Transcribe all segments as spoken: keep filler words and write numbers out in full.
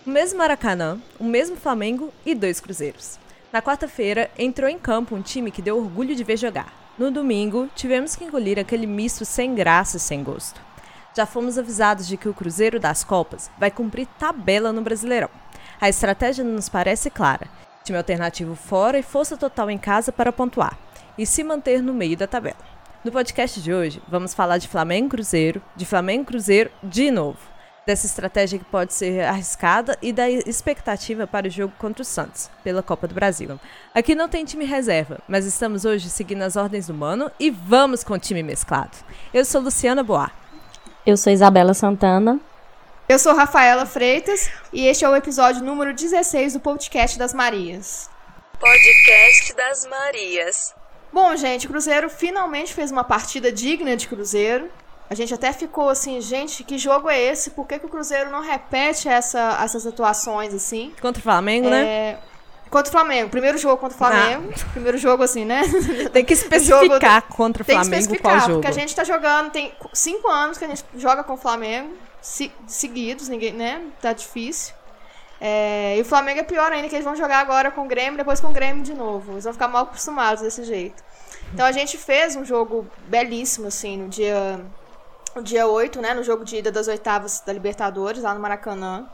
O mesmo Maracanã, o mesmo Flamengo e dois Cruzeiros. Na quarta-feira, entrou em campo um time que deu orgulho de ver jogar. No domingo, tivemos que engolir aquele misto sem graça e sem gosto. Já fomos avisados de que o Cruzeiro das Copas vai cumprir tabela no Brasileirão. A estratégia nos parece clara. Time alternativo fora e força total em casa para pontuar. E se manter no meio da tabela. No podcast de hoje, vamos falar de Flamengo Cruzeiro, de Flamengo Cruzeiro de novo. Dessa estratégia que pode ser arriscada e da expectativa para o jogo contra o Santos, pela Copa do Brasil. Aqui não tem time reserva, mas estamos hoje seguindo as ordens do Mano e vamos com o time mesclado. Eu sou Luciana Boar. Eu sou Isabela Santana. Eu sou Rafaela Freitas e este é o episódio número dezesseis do Podcast das Marias. Podcast das Marias. Bom, gente, o Cruzeiro finalmente fez uma partida digna de Cruzeiro. A gente até ficou assim, gente, que jogo é esse? Por que, que o Cruzeiro não repete essa, essas atuações, assim? Contra o Flamengo, é... né? Contra o Flamengo. Primeiro jogo contra o Flamengo. Ah. Primeiro jogo, assim, né? Tem que especificar do... contra o tem Flamengo que especificar, qual jogo. Porque a gente tá jogando, tem cinco anos que a gente joga com o Flamengo, se... seguidos, ninguém, né? Tá difícil. É... E o Flamengo é pior ainda, que eles vão jogar agora com o Grêmio, depois com o Grêmio de novo. Eles vão ficar mal acostumados desse jeito. Então a gente fez um jogo belíssimo, assim, no dia... No dia oito, né, no jogo de ida das oitavas da Libertadores, lá no Maracanã.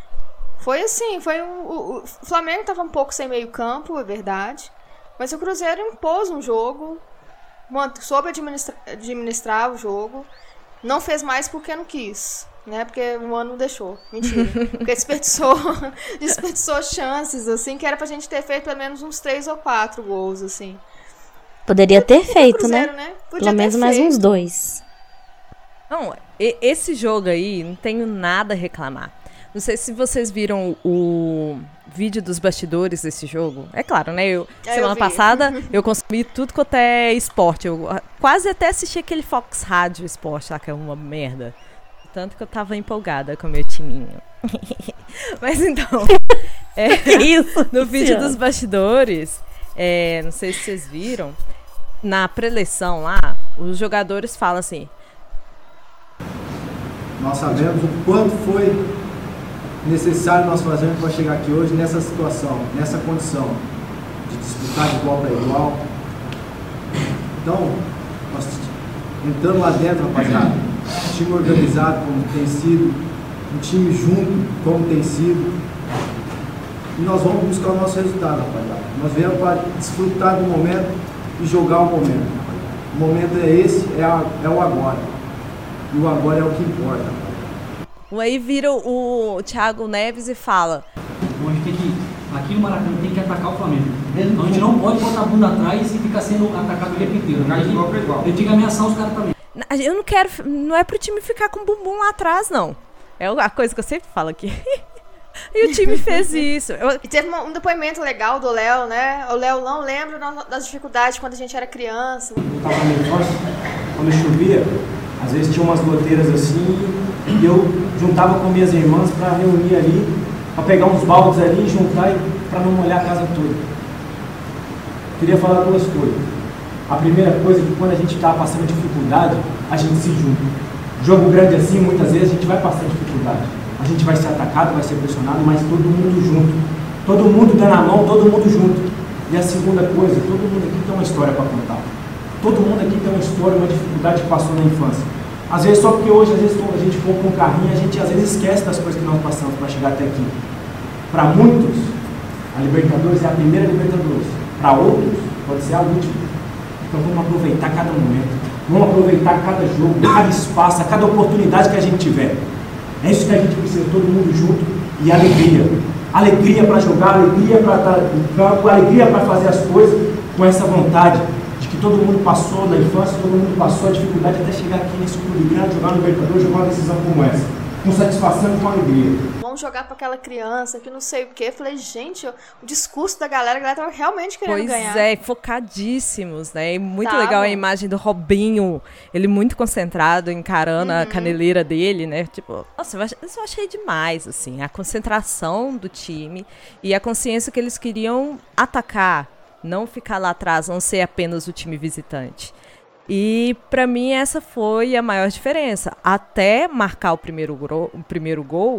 Foi assim, foi um, o, o Flamengo estava um pouco sem meio campo, é verdade. Mas o Cruzeiro impôs um jogo, soube administra, administrar o jogo. Não fez mais porque não quis, né, porque o Mano não deixou. Mentira. Porque desperdiçou, desperdiçou chances, assim, que era pra gente ter feito pelo menos uns três ou quatro gols, assim. Poderia ter feito, Cruzeiro, né? né? Pelo menos mais uns dois. Não, esse jogo aí, não tenho nada a reclamar. Não sei se vocês viram o vídeo dos bastidores desse jogo. É claro, né? Eu, é, semana eu passada, eu consumi tudo quanto é esporte. Eu quase até assisti aquele Fox Rádio Esporte lá, que é uma merda. Tanto que eu tava empolgada com o meu timinho. Mas então, é, isso, no vídeo dos bastidores, é, não sei se vocês viram, na preleção lá, os jogadores falam assim... Nós sabemos o quanto foi necessário nós fazermos para chegar aqui hoje nessa situação, nessa condição de disputar de igual para igual. Então, nós entrando lá dentro, rapaziada, um time organizado como tem sido, um time junto como tem sido, e nós vamos buscar o nosso resultado, rapaziada. Nós viemos para desfrutar do momento e jogar o momento. O momento é esse, é, a, é o agora. E o agora é o que importa. Aí vira o Thiago Neves e fala... A gente tem que, aqui no Maracanã tem que atacar o Flamengo. Então a gente não pode botar a bunda atrás e ficar sendo atacado o tempo inteiro. A gente tem que ameaçar os caras também. Eu não quero... Não é pro time ficar com o bumbum lá atrás, não. É a coisa que eu sempre falo aqui. E o time fez isso. Eu... E teve um depoimento legal do Léo, né? O Léo não lembra das dificuldades quando a gente era criança. Eu tava meio forte, quando chovia... Às vezes tinha umas goteiras assim, e eu juntava com minhas irmãs para reunir ali, para pegar uns baldes ali e juntar para não molhar a casa toda. Queria falar duas coisas. A primeira coisa é que quando a gente está passando dificuldade, a gente se junta. Jogo grande assim, muitas vezes a gente vai passar dificuldade. A gente vai ser atacado, vai ser pressionado, mas todo mundo junto. Todo mundo dando a mão, todo mundo junto. E a segunda coisa, todo mundo aqui tem uma história para contar. Todo mundo aqui tem uma história, uma dificuldade que passou na infância. Às vezes só porque hoje, às vezes, a gente compra um carrinho, a gente às vezes esquece das coisas que nós passamos para chegar até aqui. Para muitos, a Libertadores é a primeira Libertadores. Para outros, pode ser a última. Então vamos aproveitar cada momento. Vamos aproveitar cada jogo, cada espaço, cada oportunidade que a gente tiver. É isso que a gente precisa, todo mundo junto e alegria. Alegria para jogar, alegria para estar em campo, alegria para fazer as coisas com essa vontade. Que todo mundo passou na infância, todo mundo passou a dificuldade até chegar aqui nesse clube grande, jogar no Libertadores, jogar uma decisão como essa, com satisfação e com alegria. Vamos jogar para aquela criança que não sei o quê. Falei, gente, o discurso da galera, a galera tava realmente querendo pois ganhar. Pois é, focadíssimos, né? E muito Tava. legal a imagem do Robinho, ele muito concentrado, encarando uhum. a caneleira dele, né? Tipo, nossa, eu eu achei demais, assim, a concentração do time e a consciência que eles queriam atacar. Não ficar lá atrás, não ser apenas o time visitante. E pra mim essa foi a maior diferença. Até marcar o primeiro, gro- o primeiro gol,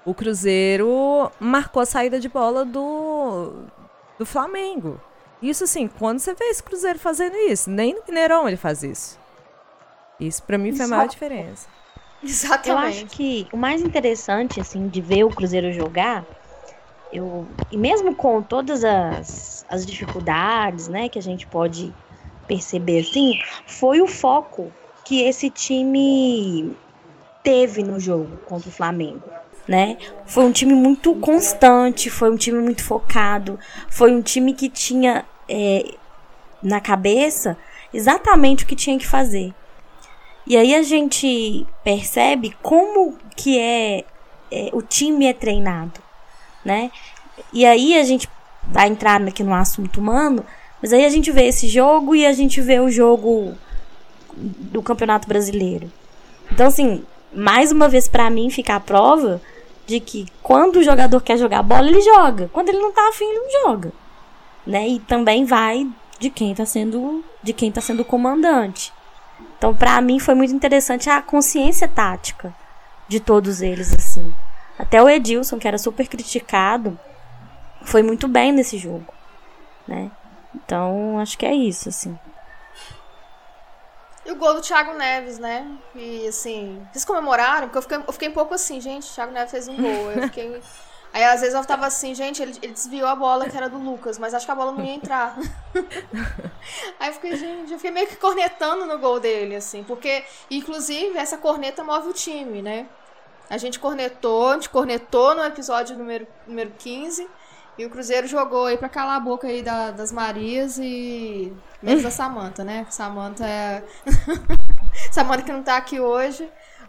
o Cruzeiro marcou a saída de bola do, do Flamengo. Isso assim, quando você vê esse Cruzeiro fazendo isso? Nem no Mineirão ele faz isso. Isso pra mim foi a maior diferença. Exatamente. Eu acho que o mais interessante, assim, de ver o Cruzeiro jogar, eu, e mesmo com todas as, as dificuldades, né, que a gente pode perceber, assim, foi o foco que esse time teve no jogo contra o Flamengo, né? Foi um time muito constante, foi um time muito focado, foi um time que tinha é, na cabeça exatamente o que tinha que fazer. E aí a gente percebe como que é, é o time é treinado, né? E aí a gente vai entrar aqui no assunto humano, mas aí a gente vê esse jogo e a gente vê o jogo do Campeonato Brasileiro. Então, assim, mais uma vez pra mim fica a prova de que quando o jogador quer jogar bola, ele joga. Quando ele não tá afim, ele não joga, né? E também vai de quem tá sendo, de quem tá sendo o comandante. Então, pra mim, foi muito interessante a consciência tática de todos eles, assim. Até o Edilson, que era super criticado, foi muito bem nesse jogo, né? Então, acho que é isso, assim. E o gol do Thiago Neves, né? E, assim, vocês comemoraram? Porque eu fiquei, eu fiquei um pouo assim, gente, o Thiago Neves fez um gol. Eu fiquei... Aí, às vezes, eu tava assim, gente, ele, ele desviou a bola que era do Lucas, mas acho que a bola não ia entrar. Aí eu fiquei, gente, eu fiquei meio que cornetando no gol dele, assim, porque, inclusive, essa corneta move o time, né? A gente cornetou, a gente cornetou no episódio número, número quinze, e o Cruzeiro jogou aí pra calar a boca aí da, das Marias e menos da Samantha, né? Samantha é... Samantha que não tá aqui hoje,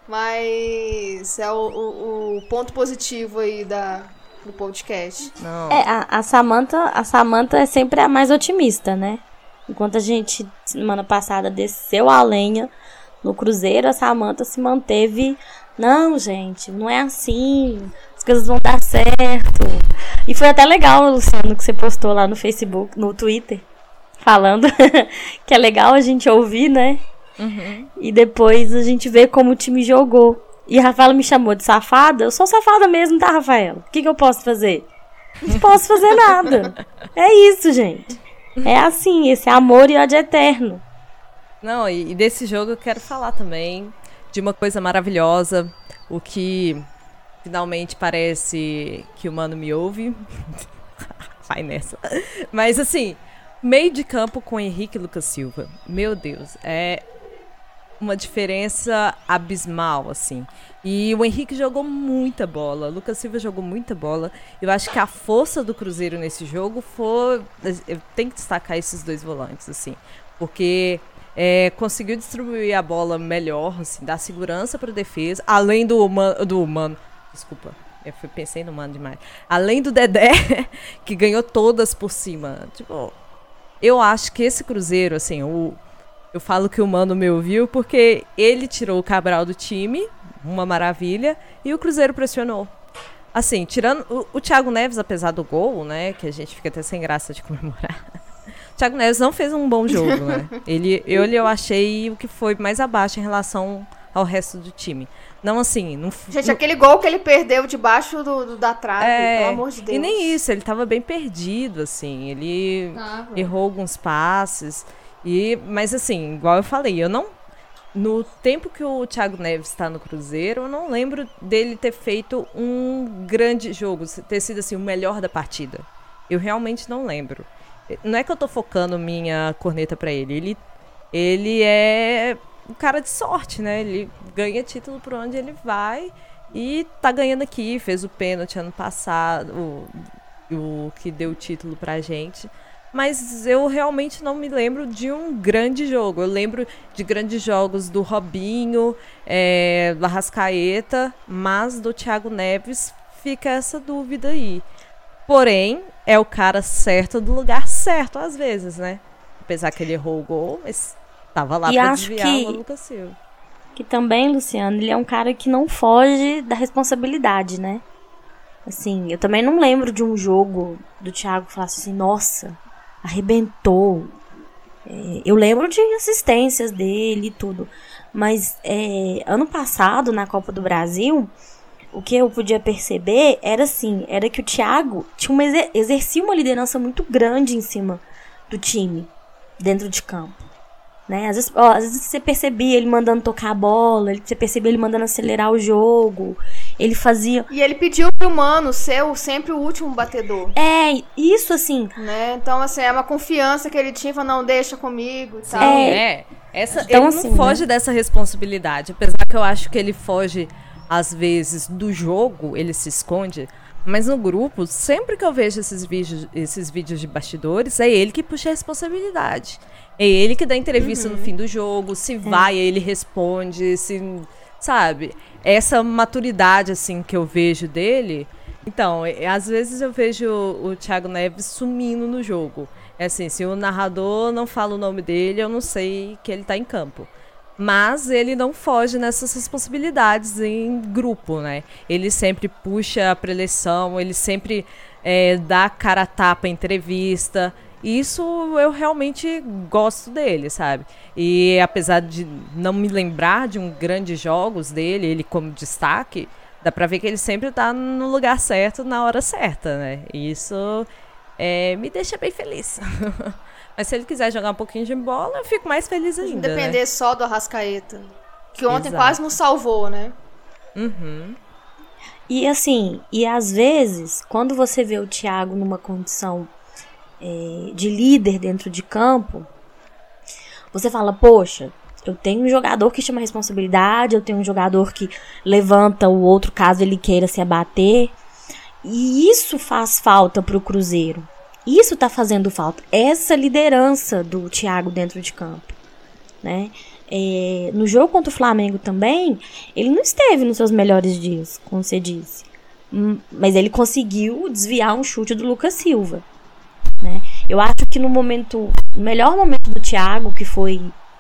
mas é o, o, o ponto positivo aí da, do podcast. Não. É, a, a, Samantha, a Samantha é sempre a mais otimista, né? Enquanto a gente, semana passada, desceu a lenha no Cruzeiro, a Samantha se manteve... Não, gente, não é assim. As coisas vão dar certo. E foi até legal, Luciano, que você postou lá no Facebook, no Twitter, falando que é legal a gente ouvir, né? Uhum. E depois a gente vê como o time jogou. E a Rafaela me chamou de safada. Eu sou safada mesmo, tá, Rafaela? O que, que eu posso fazer? Não posso fazer nada. É isso, gente. É assim, esse amor e ódio eterno. Não, e, e desse jogo eu quero falar também de uma coisa maravilhosa, o que finalmente parece que o Mano me ouve. Vai nessa. Mas assim, meio de campo com Henrique e Lucas Silva. Meu Deus, é uma diferença abismal, assim. E o Henrique jogou muita bola, o Lucas Silva jogou muita bola. Eu acho que a força do Cruzeiro nesse jogo foi... Eu tenho que destacar esses dois volantes, assim. Porque... É, conseguiu distribuir a bola melhor, assim, dar segurança para a defesa, além do Mano, do Mano, desculpa, eu fui, pensei no Mano demais, além do Dedé, que ganhou todas por cima. Tipo, eu acho que esse Cruzeiro, assim, o, eu falo que o Mano me ouviu porque ele tirou o Cabral do time, uma maravilha, e o Cruzeiro pressionou. Assim, tirando o, o Thiago Neves, apesar do gol, né, que a gente fica até sem graça de comemorar. O Thiago Neves não fez um bom jogo, né? Ele, eu, eu achei o que foi mais abaixo em relação ao resto do time. Não assim... Não, Gente, não... aquele gol que ele perdeu debaixo do, do, da trave, é, pelo amor de Deus. E nem isso, ele tava bem perdido, assim. Ele ah, errou alguns passes. E, mas assim, igual eu falei, eu não... No tempo que o Thiago Neves está no Cruzeiro, eu não lembro dele ter feito um grande jogo, ter sido assim, o melhor da partida. Eu realmente não lembro. Não é que eu tô focando minha corneta pra ele. Ele, ele é um cara de sorte, né? Ele ganha título por onde ele vai e tá ganhando aqui. Fez o pênalti ano passado, o, o que deu o título pra gente. Mas eu realmente não me lembro de um grande jogo. Eu lembro de grandes jogos do Robinho, é, do Arrascaeta, mas do Thiago Neves fica essa dúvida aí. Porém, é o cara certo do lugar certo, às vezes, né? Apesar que ele errou o gol, mas tava lá e pra acho desviar que, o Lucas Silva. Que também, Luciano, ele é um cara que não foge da responsabilidade, né? Assim, eu também não lembro de um jogo do Thiago que falasse assim, nossa, arrebentou. É, eu lembro de assistências dele e tudo. Mas é, ano passado, na Copa do Brasil... o que eu podia perceber era assim, era que o Thiago tinha uma, exercia uma liderança muito grande em cima do time, dentro de campo. Né? Às vezes, ó, às vezes você percebia ele mandando tocar a bola, você percebia ele mandando acelerar o jogo, ele fazia... E ele pediu pro Mano ser o, sempre o último batedor. É, isso assim... Né? Então, assim, é uma confiança que ele tinha, falou, não, deixa comigo e tal. É, é. Essa, então, ele assim, não foge né? dessa responsabilidade, apesar que eu acho que ele foge, às vezes, do jogo, ele se esconde, mas no grupo, sempre que eu vejo esses vídeos, esses vídeos de bastidores, é ele que puxa a responsabilidade. É ele que dá entrevista uhum. no fim do jogo, se é. vai, ele responde, se, sabe? Essa maturidade, assim, que eu vejo dele... Então, é, às vezes eu vejo o, o Thiago Neves sumindo no jogo. É assim, se o narrador não fala o nome dele, eu não sei que ele tá em campo. Mas ele não foge nessas responsabilidades em grupo, né? Ele sempre puxa a preleção, ele sempre é, dá cara a tapa em entrevista... Isso eu realmente gosto dele, sabe? E apesar de não me lembrar de um grandes jogos dele, ele como destaque, dá pra ver que ele sempre tá no lugar certo, na hora certa, né? E isso é, me deixa bem feliz. Mas se ele quiser jogar um pouquinho de bola, eu fico mais feliz ainda, depender né? só do Arrascaeta, que ontem Exato. quase nos salvou, né? Uhum. E assim, e às vezes, quando você vê o Thiago numa condição... de líder dentro de campo, você fala, poxa, eu tenho um jogador que chama responsabilidade, eu tenho um jogador que levanta o outro caso ele queira se abater, e isso faz falta pro Cruzeiro, isso tá fazendo falta, essa liderança do Thiago dentro de campo, né? É, no jogo contra o Flamengo também, ele não esteve nos seus melhores dias, como você disse, mas ele conseguiu desviar um chute do Lucas Silva. Né? Eu acho que no momento, no melhor momento do Thiago, que foi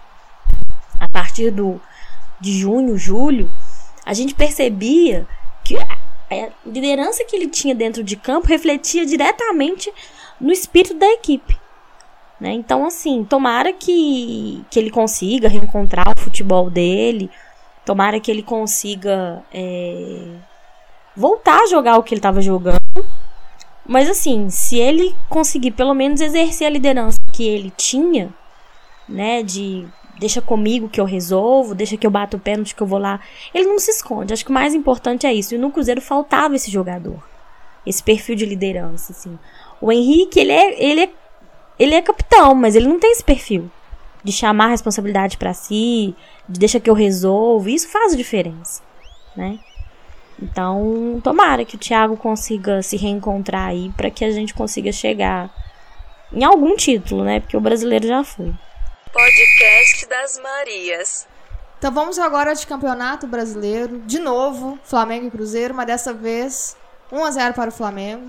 a partir do, de junho, julho, a gente percebia que a, a liderança que ele tinha dentro de campo refletia diretamente no espírito da equipe. Né? Então, assim, tomara que, que ele consiga reencontrar o futebol dele, tomara que ele consiga é, voltar a jogar o que ele estava jogando. Mas assim, se ele conseguir pelo menos exercer a liderança que ele tinha, né, de deixa comigo que eu resolvo, deixa que eu bato o pênalti que eu vou lá, ele não se esconde. Acho que o mais importante é isso. E no Cruzeiro faltava esse jogador, esse perfil de liderança, assim. O Henrique, ele é, ele é, ele é capitão, mas ele não tem esse perfil de chamar a responsabilidade pra si, de deixa que eu resolvo. Isso faz diferença, né? Então, tomara que o Thiago consiga se reencontrar aí para que a gente consiga chegar em algum título, né? Porque o brasileiro já foi. Podcast das Marias. Então vamos agora de campeonato brasileiro. De novo, Flamengo e Cruzeiro, mas dessa vez um a zero para o Flamengo.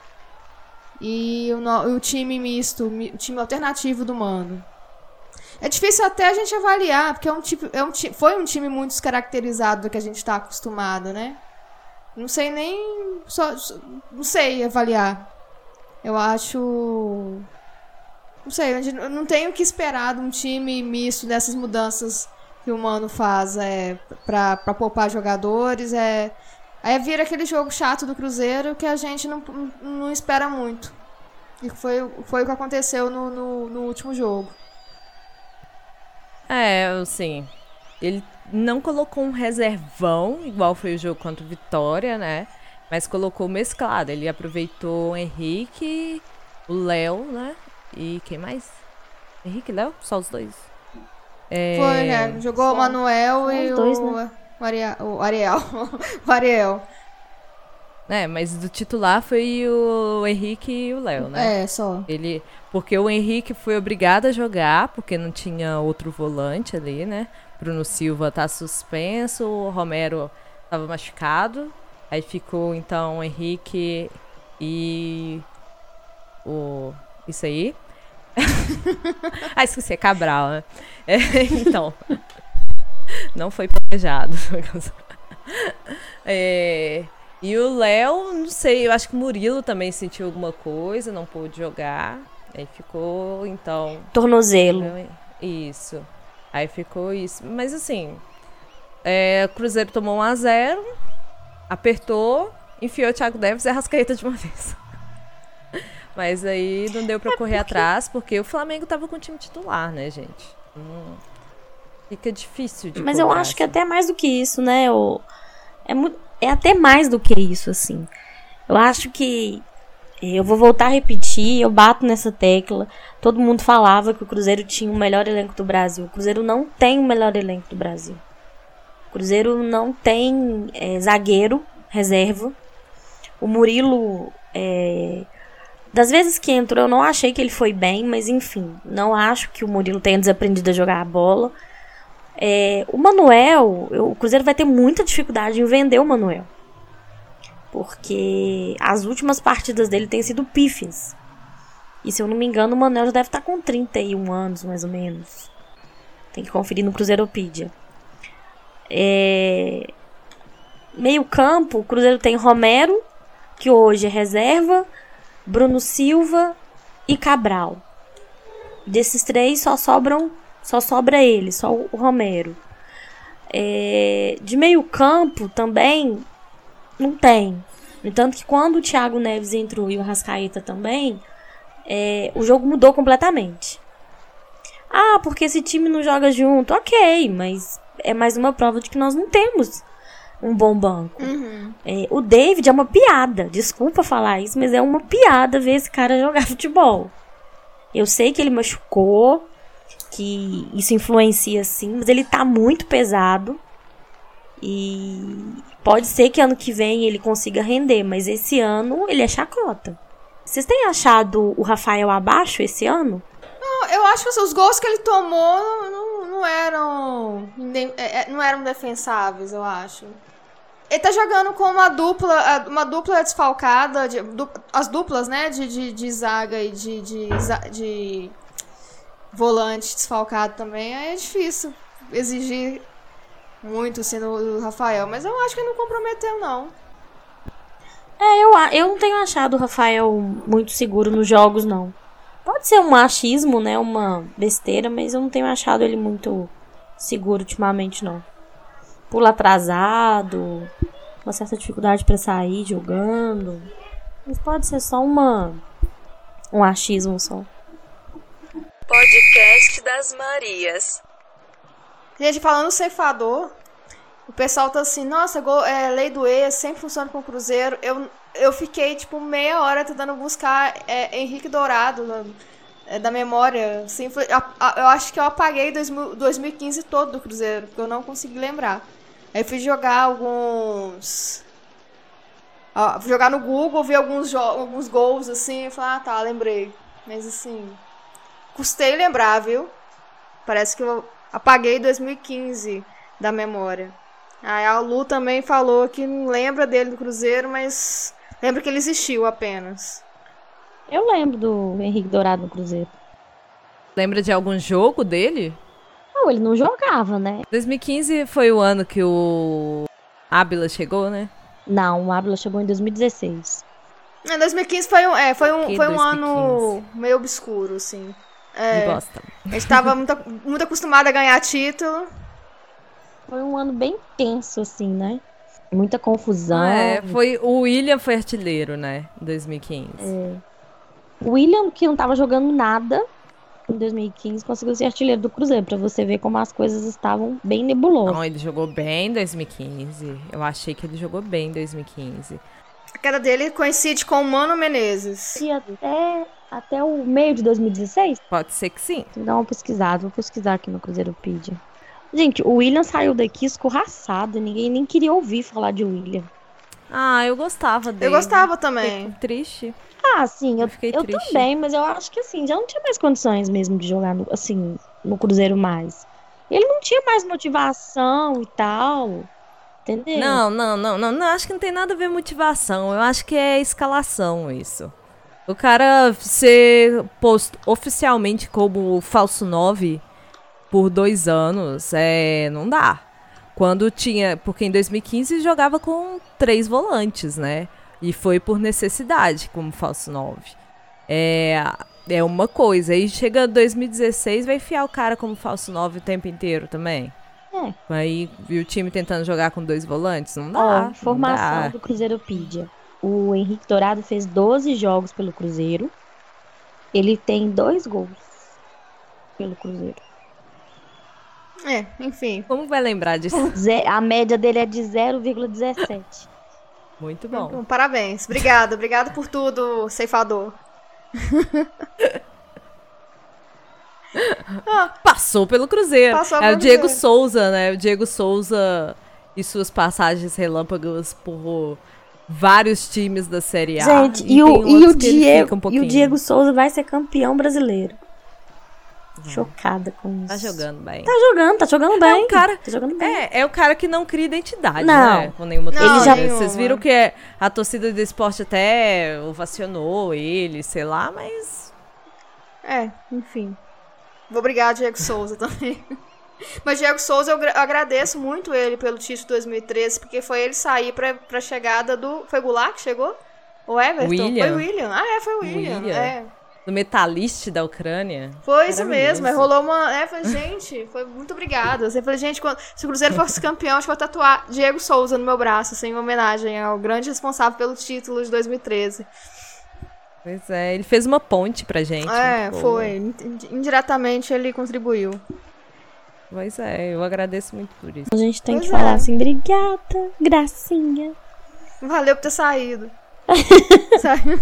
E o, no, o time misto, o time alternativo do Mano. É difícil até a gente avaliar, porque é um tipo, é um, foi um time muito descaracterizado do que a gente está acostumado, né? Não sei nem... Só, não sei avaliar. Eu acho... Não sei, eu não tenho o que esperar de um time misto dessas mudanças que o Mano faz é, pra, pra poupar jogadores. É, aí vira aquele jogo chato do Cruzeiro que a gente não, não espera muito. E foi, foi o que aconteceu no, no, no último jogo. É, assim... Ele não colocou um reservão, igual foi o jogo contra o Vitória, né? Mas colocou mesclado. Ele aproveitou o Henrique, o Léo, né? E quem mais? Henrique e Léo? Só os dois. É... Foi, é. Jogou Só. o Manuel e o, dois, né? o, Ariel, o Ariel. o Ariel. É, mas do titular foi o Henrique e o Léo, né? É, só. Ele, porque o Henrique foi obrigado a jogar, porque não tinha outro volante ali, né? Bruno Silva tá suspenso, o Romero tava machucado. Aí ficou, então, o Henrique e o... Isso aí. ah, esqueci, é Cabral, né? É, então, não foi planejado. é... E o Léo, não sei, eu acho que o Murilo também sentiu alguma coisa, não pôde jogar. Aí ficou, então... Tornozelo. Isso. Aí ficou isso. Mas assim, é, o Cruzeiro tomou um a zero. apertou, enfiou o Thiago Neves e a Arrascaeta de uma vez. Mas aí não deu pra é correr porque... atrás, porque o Flamengo tava com o time titular, né, gente? Hum, fica difícil de Mas eu acho assim. que até mais do que isso, né? O... É, muito... é até mais do que isso, assim. Eu acho que... Eu vou voltar a repetir, eu bato nessa tecla. Todo mundo falava que o Cruzeiro tinha o melhor elenco do Brasil. O Cruzeiro não tem o melhor elenco do Brasil. O Cruzeiro não tem é, zagueiro, reserva. O Murilo... É... Das vezes que entrou, eu não achei que ele foi bem, mas enfim, não acho que o Murilo tenha desaprendido a jogar a bola. É, o Manuel, eu, o Cruzeiro vai ter muita dificuldade em vender o Manuel. Porque as últimas partidas dele têm sido pífias. E se eu não me engano, o Manuel já deve estar com trinta e um anos, mais ou menos. Tem que conferir no Cruzeiropedia. É, meio campo, o Cruzeiro tem Romero, que hoje é reserva, Bruno Silva e Cabral. Desses três só sobram, só sobra ele, só o Romero. É, de meio campo também não tem. No entanto que quando o Thiago Neves entrou e o Arrascaeta também, é, o jogo mudou completamente. Ah, porque esse time não joga junto. Ok, mas é mais uma prova de que nós não temos um bom banco. Uhum. É, o David é uma piada. Desculpa falar isso, mas é uma piada ver esse cara jogar futebol. Eu sei que ele machucou, que isso influencia sim, mas ele tá muito pesado. E pode ser que ano que vem ele consiga render, mas esse ano ele é chacota. Vocês têm achado o Rafael abaixo esse ano? Não, eu acho que os gols que ele tomou não, não eram não eram defensáveis, eu acho. Ele tá jogando com uma dupla, uma dupla desfalcada, de, du, as duplas, né, de, de, de zaga e de, de, de volante desfalcado também. Aí é difícil exigir muito assim do Rafael, mas eu acho que ele não comprometeu, não. É, eu, eu não tenho achado o Rafael muito seguro nos jogos, não. Pode ser um machismo, né, uma besteira, mas eu não tenho achado ele muito seguro ultimamente, não. Pula atrasado, uma certa dificuldade pra sair jogando. Mas pode ser só uma um achismo só. Podcast das Marias. Gente, falando ceifador, o pessoal tá assim, nossa, gol, é, lei do ex, sempre funciona com o Cruzeiro. Eu, eu fiquei, tipo, meia hora tentando buscar é, Henrique Dourado na, é, da memória. Assim, foi, a, a, eu acho que eu apaguei dois mil e quinze todo do Cruzeiro, porque eu não consegui lembrar. Aí fui jogar alguns... Ó, fui jogar no Google, vi alguns, alguns gols, assim, e falei, ah, tá, lembrei. Mas, assim, custei lembrar, viu? Parece que eu apaguei dois mil e quinze da memória. Aí a Lu também falou que não lembra dele do Cruzeiro, mas lembra que ele existiu apenas. Eu lembro do Henrique Dourado no Cruzeiro. Lembra de algum jogo dele? Não, ele não jogava, né? dois mil e quinze foi o ano que o Ábila chegou, né? Não, o Ábila chegou em dois mil e dezesseis. É, dois mil e quinze foi um, é, foi um, foi um ano meio obscuro, assim. É, de bosta. A gente tava muito, muito acostumado a ganhar título. Foi um ano bem tenso, assim, né? Muita confusão. Ah, é, foi, o William foi artilheiro, né? Em dois mil e quinze. É. O William, que não tava jogando nada em dois mil e quinze, conseguiu ser artilheiro do Cruzeiro, pra você ver como as coisas estavam bem nebulosas. Não, ele jogou bem em dois mil e quinze. Eu achei que ele jogou bem em dois mil e quinze. A queda dele coincide com o Mano Menezes. E até, até o meio de dois mil e dezesseis? Pode ser que sim. Vou dar uma pesquisada, vou pesquisar aqui no Cruzeiropedia. Gente, o William saiu daqui escorraçado, ninguém nem queria ouvir falar de William. Ah, eu gostava dele. Eu gostava também. Fiquei triste. Ah, sim, eu, eu, fiquei eu triste. também, mas eu acho que assim, já não tinha mais condições mesmo de jogar no, assim, no Cruzeiro mais. Ele não tinha mais motivação e tal, entendeu? Não, não, não, não, não, acho que não tem nada a ver motivação, eu acho que é escalação isso. O cara ser posto oficialmente como falso nove por dois anos, é, não dá. Quando tinha, porque em dois mil e quinze jogava com três volantes, né? E foi por necessidade como falso nove. É, é uma coisa. Aí chega dois mil e dezesseis, vai enfiar o cara como falso nove o tempo inteiro também. É. Aí viu o time tentando jogar com dois volantes? Não dá. Ó, não informação dá. do Cruzeiropedia. O Henrique Dourado fez doze jogos pelo Cruzeiro. Ele tem dois gols pelo Cruzeiro. É, enfim. Como vai lembrar disso? Zé- A média dele é de zero vírgula dezessete. Muito bom. Então, parabéns. Obrigado. Obrigado por tudo, ceifador. Passou pelo Cruzeiro. Passou é pelo o Diego Cruzeiro. Souza, né? O Diego Souza e suas passagens relâmpagos por vários times da Série A. Gente, e, tem o, e, outros o que ele Diego, fica um e pouquinho. o Diego Souza vai ser campeão brasileiro. Chocada com isso. Tá jogando bem. Tá jogando, tá jogando bem. É um cara, Tá jogando bem. é, é o cara que não cria identidade, Não. né? Com nenhuma Não, torcida. já- Vocês nenhuma. viram que a torcida do esporte até ovacionou ele, sei lá, mas... É, enfim. Vou obrigar Diego Souza também. Mas Diego Souza, eu gra- agradeço muito ele pelo título de dois mil e treze, porque foi ele sair pra, pra chegada do... Foi Goulart que chegou? O Everton? William. Foi o William. Ah, é, foi o William. William. É. Do Metalist da Ucrânia. Foi isso Maravilhoso. mesmo, aí rolou uma... É, foi, gente, foi muito obrigada. Eu falei, gente, quando... se o Cruzeiro fosse campeão, acho que eu vou tatuar Diego Souza no meu braço, assim, em homenagem ao grande responsável pelo título de dois mil e treze. Pois é, ele fez uma ponte pra gente. É, muito boa. foi. Ind- Indiretamente ele contribuiu. Pois é, eu agradeço muito por isso. A gente tem Pois que é. falar assim, obrigada, gracinha. Valeu por ter saído. Saiu.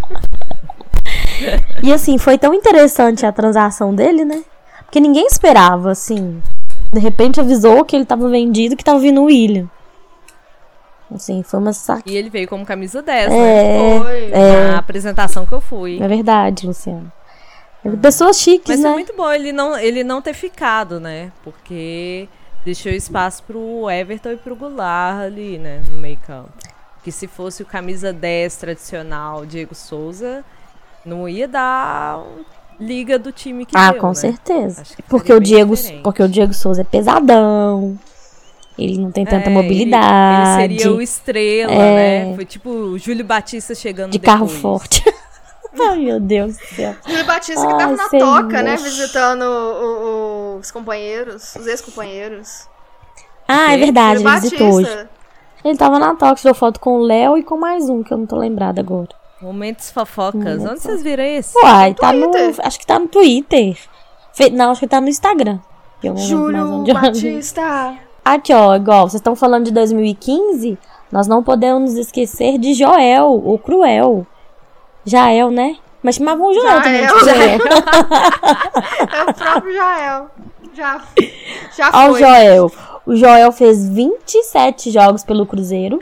E assim, foi tão interessante a transação dele, né? Porque ninguém esperava, assim. De repente avisou que ele tava vendido, que tava vindo o William. Assim, foi uma saca. E ele veio como camisa dez, É, né? Foi. Na apresentação que eu fui. é verdade, Luciano. Pessoas chiques, Mas né? foi muito bom ele não, ele não ter ficado, né? Porque deixou espaço pro Everton e pro Goulart ali, né? No meio campo. Que se fosse o camisa dez tradicional, Diego Souza, não ia dar um liga do time que Ah, deu, com né? certeza. Acho que Porque seria o, bem Diego, diferente. porque o Diego Souza é pesadão. Ele não tem tanta É, mobilidade. Ele, ele seria o estrela, É. né? Foi tipo o Júlio Batista chegando de depois. carro forte. Ai, meu Deus do céu. Júlio Batista que Ai, tava na Senhor. toca, né? Visitando o- o- os companheiros, os ex-companheiros. Ah, é Quê? verdade, Júlio ele visitou hoje. Batista. Ele tava na toca, tirou foto com o Léo e com mais um, que eu não tô lembrada agora. Momentos fofocas. Momentos Onde vocês viram esse? Uai, tá no. Twitter. Acho que tá no Twitter. Fe- Não, acho que tá no Instagram. Que eu não lembro mais Júlio onde eu- Batista. Aqui, ó, igual, vocês estão falando de dois mil e quinze, nós não podemos nos esquecer de Joel, o Cruel. Jael, né? Mas chamavam o Joel também, Jael. de Joel. É o próprio Jael. Já, já Ó, o foi. Joel. O Joel fez vinte e sete jogos pelo Cruzeiro.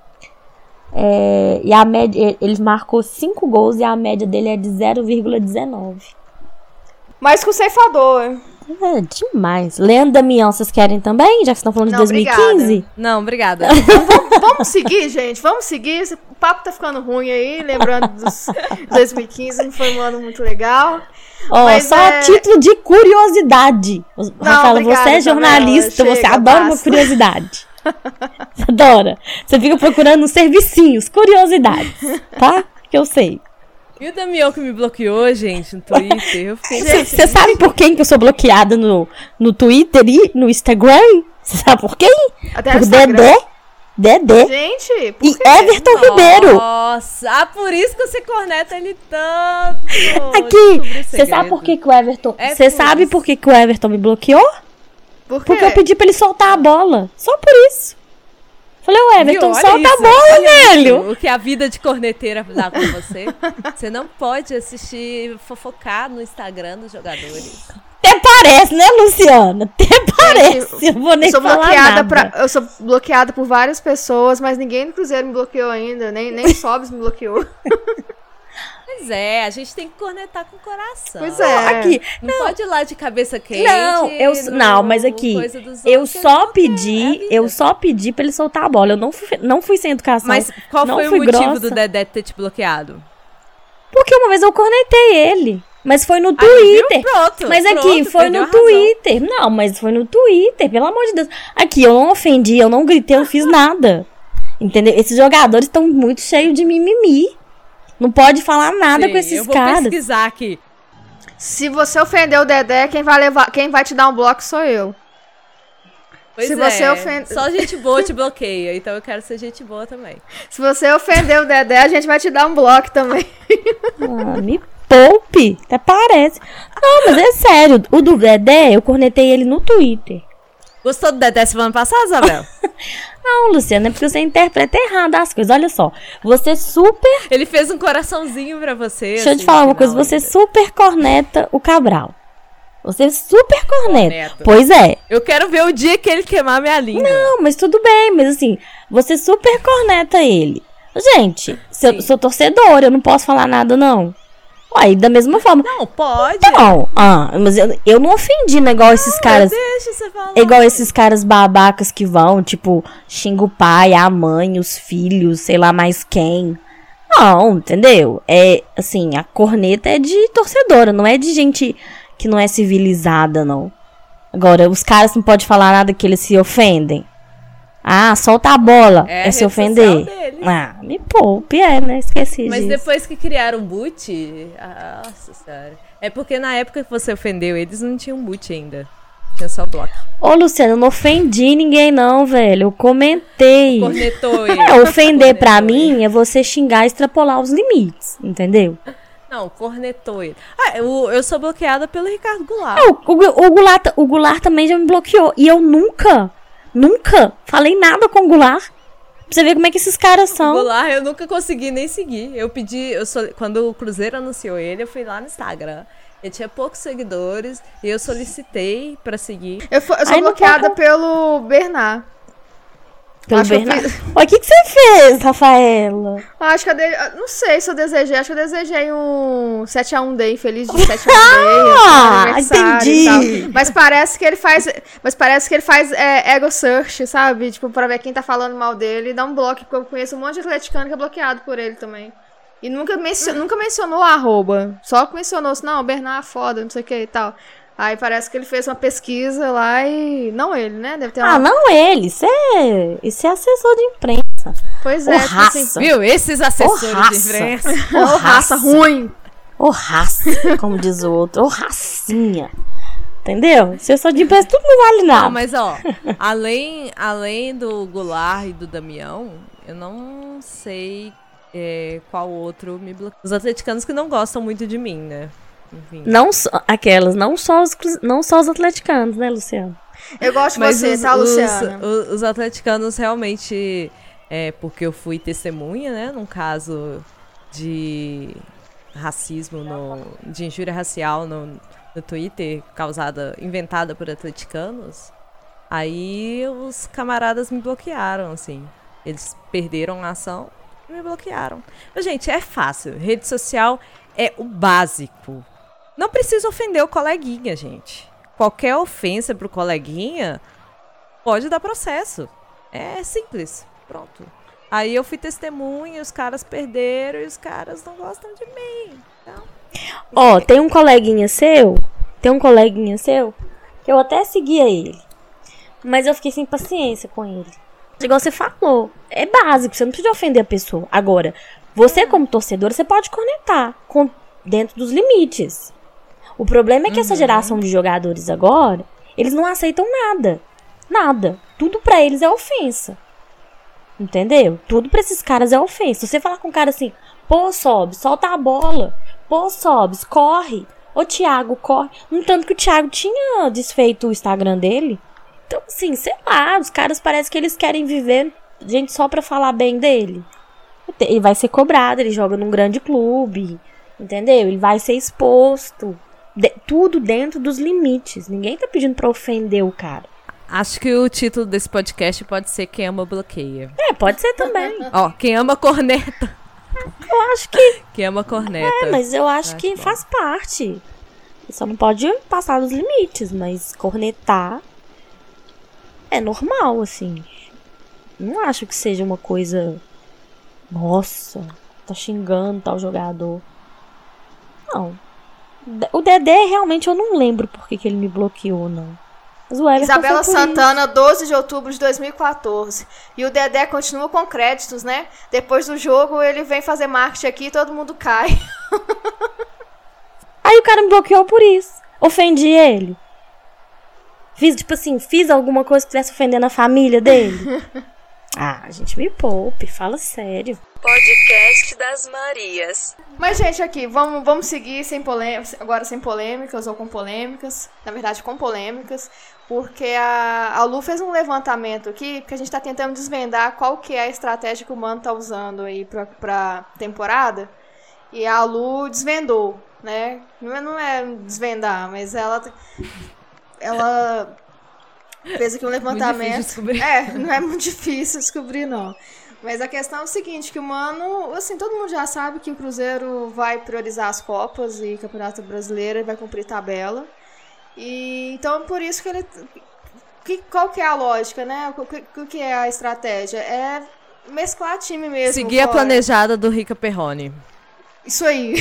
É, e a média, ele marcou cinco gols e a média dele é de zero vírgula dezenove. Mais que o ceifador. É demais. Leandro Damião, vocês querem também? Já que vocês estão falando de Não, dois mil e quinze? Não, obrigada. Vamos seguir, gente? Vamos seguir? Esse papo tá ficando ruim aí. Lembrando dos dois mil e quinze, foi um ano muito legal. Ó, Mas só é- a título de curiosidade. Rafaela, obrigada, você é jornalista, Isabela. você Chega, adora uma basta. curiosidade. Você adora. Você fica procurando uns servicinhos, curiosidades, tá? Que eu sei. E o Damião que me bloqueou, gente, no Twitter. Eu fiquei Você você sabe por quem que eu sou bloqueada no, no Twitter e no Instagram? Você sabe por quem? Até Por no Instagram. Dedé. Dedé. Gente, por E quê? Everton Ribeiro. Nossa, ah, por isso que você corneta ele tanto. Aqui, Descobri o você segredo. sabe por que, que o Everton. É Você por sabe isso. por que, que o Everton me bloqueou? Por quê? Porque eu pedi pra ele soltar a bola. Só por isso. Falei, o Everton, Viu? Olha solta a isso, bola, olha velho. isso, o que a vida de corneteira dá pra você. Você não pode assistir, fofocar no Instagram dos jogadores. Até parece, né, Luciana? Até parece. Eu vou nem Eu sou falar bloqueada nada. pra, eu sou bloqueada por várias pessoas, mas ninguém do Cruzeiro me bloqueou ainda, nem nem o Sobs me bloqueou. Pois é, a gente tem que cornetar com o coração. Pois é. Aqui, Não, pode ir lá de cabeça quente. não, eu no- não, mas aqui coisa dos eu outros, só porque é a pedi, vida. eu só pedi pra ele soltar a bola. Eu não fui, não fui sem educação. Mas qual não foi o fui motivo grossa. do Dedé ter te bloqueado? Porque uma vez eu cornetei ele, mas foi no Aí, Twitter. viu? Pronto, Mas aqui, pronto, foi perdeu no a razão. Twitter. Não, mas foi no Twitter, pelo amor de Deus. Aqui, eu não ofendi, eu não gritei, eu não fiz nada. Entendeu? Esses jogadores estão muito cheios de mimimi. Não pode falar nada Sim, com esses eu vou caras. pesquisar aqui. Se você ofender o Dedé, quem vai levar, quem vai te dar um bloco sou eu. Pois Se é, você ofende... só gente boa te bloqueia, então eu quero ser gente boa também. Se você ofender o Dedé, a gente vai te dar um bloco também. Ah, me poupe, até parece. Não, mas é sério, o do Dedé, eu cornetei ele no Twitter. Gostou do Dedé semana passada, Isabel? Não, Luciana, é porque você interpreta errado as coisas. Olha só, você super... Ele fez um coraçãozinho pra você. Deixa eu assim, te falar uma coisa, ainda. você super corneta o Cabral. Você super corneta. Corneto. Pois é. Eu quero ver o dia que ele queimar minha língua. Não, mas tudo bem, mas assim, você super corneta ele. Gente, se eu sou torcedora, eu não posso falar nada, não. Uai, da mesma forma. Não, pode. Não, ah, mas eu, eu não ofendi, né? Igual esses caras. Deixa você falar. Igual esses caras babacas que vão, tipo, xinga o pai, a mãe, os filhos, sei lá mais quem. Não, entendeu? É, assim, a corneta é de torcedora, não é de gente que não é civilizada, não. Agora, os caras não podem falar nada que eles se ofendem. Ah, solta a bola, É é, a se rede ofender. social deles. Ah, me poupe, é, né? Esqueci Mas disso. depois que criaram o boot, ah, nossa senhora. É porque na época que você ofendeu eles, não tinha um boot ainda. Tinha só bloco. Ô, Luciano, eu não ofendi ninguém, não, velho. Eu comentei. Cornetou ele. É, ofender pra Cornetou ele. mim é você xingar e extrapolar os limites, entendeu? Não, cornetou ele. Ah, eu, eu sou bloqueada pelo Ricardo Goulart. É, o, o, o, Goulart, o Goulart também já me bloqueou. E eu nunca, nunca falei nada com o Goulart. Pra você ver como é que esses caras são. Goulart eu nunca consegui nem seguir. Eu pedi, eu sou, quando o Cruzeiro anunciou ele, eu fui lá no Instagram. Ele tinha poucos seguidores e eu solicitei pra seguir. Eu, fo- eu sou Ai, não bloqueada pode- pelo Bernard. Pelo Acho que eu Bernardo. fiz- Olha, o que, que você fez, Rafaela? Acho que eu dei, não sei se eu desejei, acho que eu desejei um sete a um day, feliz de sete a um day, Ah, aniversário entendi. e tal. Mas parece que ele faz, mas parece que ele faz é, ego search, sabe? Tipo, pra ver quem tá falando mal dele e dá um bloco, porque eu conheço um monte de atleticano que é bloqueado por ele também. E nunca, mencio, nunca mencionou a arroba, só que mencionou assim, não, o Bernard é foda, não sei o que e tal. Aí parece que ele fez uma pesquisa lá e... Não ele, né? Deve ter uma... Ah, não ele. Isso é, isso é assessor de imprensa. Pois Ô, é, tipo raça. assim... Viu? Esses assessores Ô, raça. de imprensa. Ô, raça ruim! Ô, raça, como diz o outro. Ô, racinha. Entendeu? Assessor de imprensa, tudo não vale nada. Não, mas ó, além, além do Goulart e do Damião, eu não sei é, qual outro me bloqueia. Os atleticanos que não gostam muito de mim, né? Enfim. Não só, aquelas, não só, os, cru- não só os atleticanos, né, Luciano? Eu gosto de Mas você, os, tá, os, Luciana? os, os atleticanos realmente, é, porque eu fui testemunha, né, num caso de racismo, no, de injúria racial no, no Twitter, causada, inventada por atleticanos, aí os camaradas me bloquearam, assim. Eles perderam a ação e me bloquearam. Mas, gente, é fácil. Rede social é o básico. Não precisa ofender o coleguinha, gente. Qualquer ofensa pro coleguinha pode dar processo. É simples. Pronto. Aí eu fui testemunha, os caras perderam e os caras não gostam de mim. Então, Ó, tem um coleguinha seu, tem um coleguinha seu, que eu até seguia ele, mas eu fiquei sem paciência com ele. Igual você falou, é básico, você não precisa ofender a pessoa. Agora, você como torcedor, você pode conectar com, dentro dos limites. O problema é que essa geração de jogadores agora, eles não aceitam nada. Nada. Tudo pra eles é ofensa. Entendeu? Tudo pra esses caras é ofensa. Se você falar com um cara assim, pô, sobe, solta a bola. Pô, sobes, corre. Ô, Thiago, corre. No tanto que o Thiago tinha desfeito o Instagram dele. Então, assim, sei lá, os caras parecem que eles querem viver gente só pra falar bem dele. Ele vai ser cobrado, ele joga num grande clube, entendeu? Ele vai ser exposto. De, tudo dentro dos limites. Ninguém tá pedindo pra ofender o cara. acho que o título desse podcast pode ser Quem Ama Bloqueia. É, pode ser também. Ó, quem ama corneta. Eu acho que... Quem ama corneta. É, mas eu acho Acho que bom. faz parte. Só não pode passar dos limites, mas cornetar é normal, assim. Não acho que seja uma coisa... Nossa, tá xingando tal jogador. Não. O Dedé, realmente, eu não lembro por que, que ele me bloqueou, não. Mas o Everton Isabela foi por Santana, doze de outubro de dois mil e quatorze. E o Dedé continua com créditos, né? Depois do jogo, ele vem fazer marketing aqui e todo mundo cai. Aí o cara me bloqueou por isso. Ofendi ele. Fiz, tipo assim, fiz alguma coisa que estivesse ofendendo a família dele? Ah, gente, me poupe, fala sério. Podcast das Marias. Mas, gente, aqui, vamos, vamos seguir sem polêmicas, agora sem polêmicas ou com polêmicas. Na verdade, com polêmicas. Porque a, a Lu fez um levantamento aqui, porque a gente tá tentando desvendar qual que é a estratégia que o Mano tá usando aí pra, pra temporada. E a Lu desvendou, né? Não é, não é desvendar, mas ela... Ela fez aqui um levantamento. Muito difícil é, não é muito difícil descobrir, não. Mas a questão é o seguinte, que o Mano, assim, todo mundo já sabe que o Cruzeiro vai priorizar as Copas e Campeonato Brasileiro e vai cumprir tabela. E então por isso que ele. Que, qual que é a lógica, né? O que, o que é a estratégia? É mesclar time mesmo. Seguir a fora. planejada do Rica Perrone. Isso aí.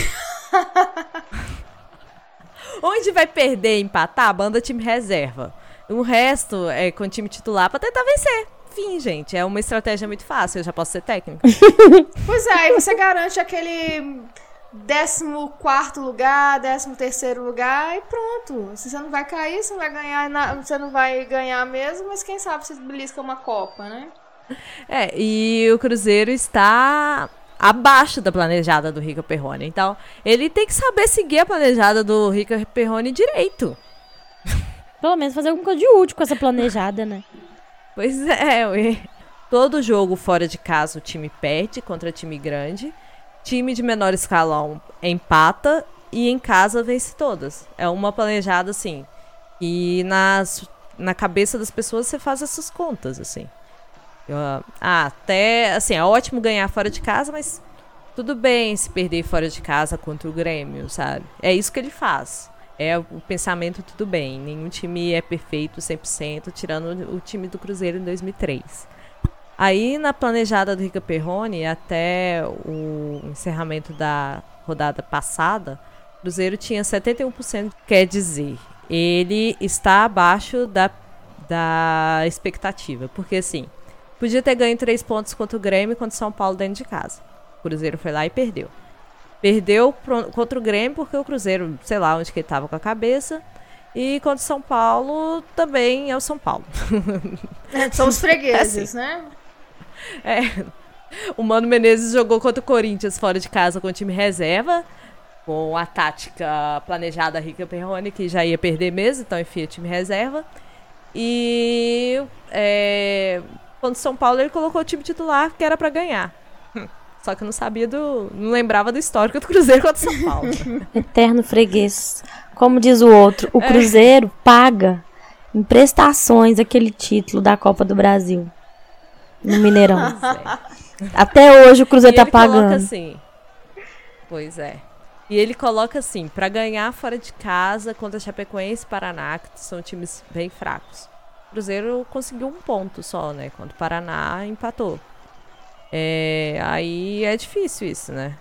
Onde vai perder e empatar, banda time reserva. O resto é com o time titular pra tentar vencer. Fim, gente. É uma estratégia muito fácil. Eu já posso ser técnica. Pois é, aí você garante aquele décimo quarto lugar, décimo terceiro lugar e pronto. Se você não vai cair, você não vai ganhar, na... você não vai ganhar mesmo, mas quem sabe você belisca uma Copa, né? É, e o Cruzeiro está abaixo da planejada do Rica Perrone. Então, ele tem que saber seguir a planejada do Rica Perrone direito. Pelo menos fazer alguma coisa de útil com essa planejada, né? Pois é, ué. Todo jogo fora de casa o time perde contra time grande. Time de menor escalão empata e em casa vence todas. É uma planejada assim. E nas, na cabeça das pessoas você faz essas contas, assim. Eu, ah, até, assim, é ótimo ganhar fora de casa, mas tudo bem se perder fora de casa contra o Grêmio, sabe? É isso que ele faz. É o pensamento tudo bem. Nenhum time é perfeito cem por cento, tirando o time do Cruzeiro em dois mil e três. Aí, na planejada do Rica Perrone, até o encerramento da rodada passada, o Cruzeiro tinha setenta e um por cento. Quer dizer, ele está abaixo da, da expectativa. Porque, assim, podia ter ganho três pontos contra o Grêmio e contra o São Paulo dentro de casa. O Cruzeiro foi lá e perdeu. Perdeu pro, contra o Grêmio porque o Cruzeiro, sei lá onde que ele estava com a cabeça. E contra o São Paulo, também é o São Paulo. São os fregueses, é assim. né? É, o Mano Menezes jogou contra o Corinthians fora de casa com o time reserva, com a tática planejada Rica Perrone, que já ia perder mesmo, então enfia time reserva. E é, contra o São Paulo ele colocou o time titular, que era pra ganhar. Só que eu não sabia do. Não lembrava do histórico do Cruzeiro contra o São Paulo. Eterno freguês. Como diz o outro, o Cruzeiro é. paga em prestações aquele título da Copa do Brasil. No Mineirão. É. Até hoje o Cruzeiro e tá ele pagando. Coloca assim. Pois é. E ele coloca assim, pra ganhar fora de casa contra Chapecoense e Paraná, que são times bem fracos. O Cruzeiro conseguiu um ponto só, né? Contra o Paraná, empatou. É, aí é difícil isso, né?